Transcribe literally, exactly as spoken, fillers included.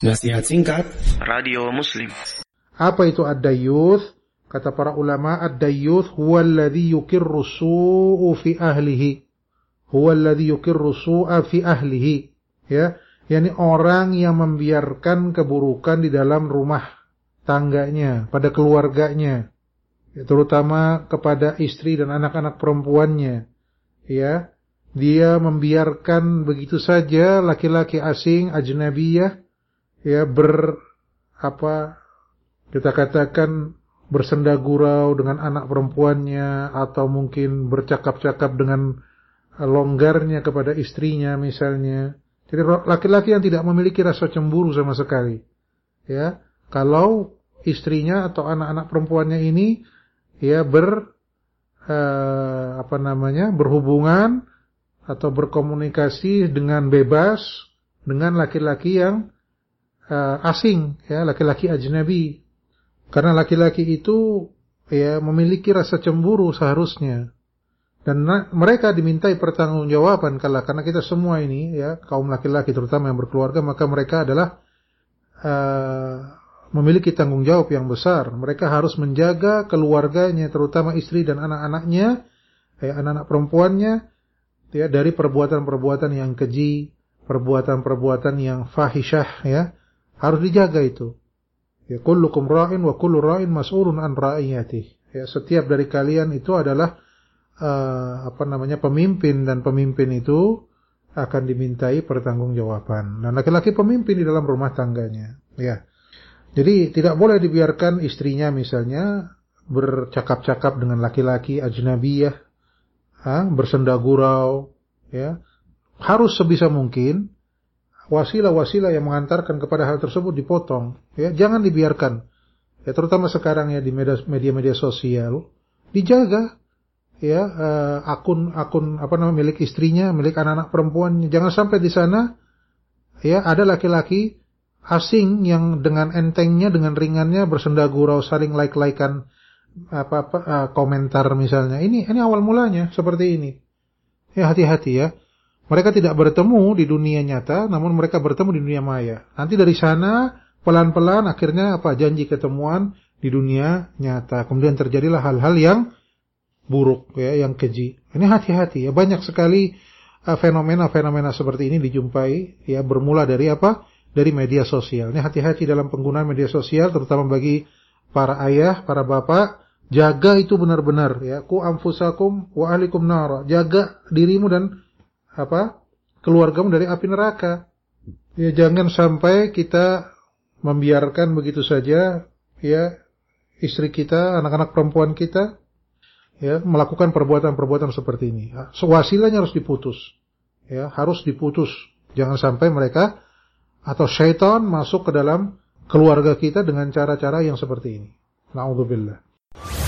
Nasihat singkat Radio Muslim. Apa itu ad-dayyuth? Kata para ulama, ad-dayyuth huwa alladhi yukirru su'u fi ahlihi. Huwa alladhi yukirru su'a fi ahlihi. Ya, yakni orang yang membiarkan keburukan di dalam rumah tangganya, pada keluarganya, ya, terutama kepada istri dan anak-anak perempuannya. Ya, dia membiarkan begitu saja laki-laki asing, ajnabiyah, ya, ber apa kita katakan bersenda gurau dengan anak perempuannya, atau mungkin bercakap-cakap dengan longgarnya kepada istrinya misalnya. Jadi laki-laki yang tidak memiliki rasa cemburu sama sekali. Ya, kalau istrinya atau anak-anak perempuannya ini ya ber eh, apa namanya? berhubungan atau berkomunikasi dengan bebas dengan laki-laki yang Uh, asing, ya, laki-laki ajnabi. Karena laki-laki itu ya memiliki rasa cemburu seharusnya. Dan na- mereka dimintai pertanggungjawaban kala karena kita semua ini ya kaum laki-laki terutama yang berkeluarga, maka mereka adalah uh, memiliki tanggung jawab yang besar. Mereka harus menjaga keluarganya, terutama istri dan anak-anaknya, ya, anak-anak perempuannya, ya, dari perbuatan-perbuatan yang keji, perbuatan-perbuatan yang fahisyah, ya. Harus dijaga itu. Ya, kullukum ra'in wa kullu ra'in mas'ulun an ra'iyatihi. Ya, setiap dari kalian itu adalah uh, apa namanya pemimpin, dan pemimpin itu akan dimintai pertanggungjawaban. Dan laki-laki pemimpin di dalam rumah tangganya. Ya. Jadi tidak boleh dibiarkan istrinya misalnya bercakap-cakap dengan laki-laki ajnabiyah, ha, bersenda gurau, ya. Harus sebisa mungkin wasilah-wasilah yang mengantarkan kepada hal tersebut dipotong, ya, jangan dibiarkan. Ya, terutama sekarang ya di media-media sosial, dijaga ya akun-akun uh, apa namanya milik istrinya, milik anak-anak perempuannya. Jangan sampai di sana ya ada laki-laki asing yang dengan entengnya, dengan ringannya bersenda gurau, saling like-likean apa-apa uh, komentar misalnya. Ini ini awal mulanya seperti ini. Ya, hati-hati ya. Mereka tidak bertemu di dunia nyata, namun mereka bertemu di dunia maya. Nanti dari sana, pelan-pelan akhirnya apa? Janji ketemuan di dunia nyata. Kemudian terjadilah hal-hal yang buruk, ya, yang keji. Ini hati-hati ya. Banyak sekali uh, fenomena-fenomena seperti ini dijumpai, ya, bermula dari apa? Dari media sosial. Ini hati-hati dalam penggunaan media sosial, terutama bagi para ayah, para bapak. Jaga itu benar-benar, ya. Ku anfusakum wa ahlikum nara. Jaga dirimu dan apa keluargamu dari api neraka. Ya, jangan sampai kita membiarkan begitu saja ya istri kita, anak-anak perempuan kita ya melakukan perbuatan-perbuatan seperti ini. Wasilahnya harus diputus. Ya, harus diputus. Jangan sampai mereka atau syaitan masuk ke dalam keluarga kita dengan cara-cara yang seperti ini. Na'udzubillah.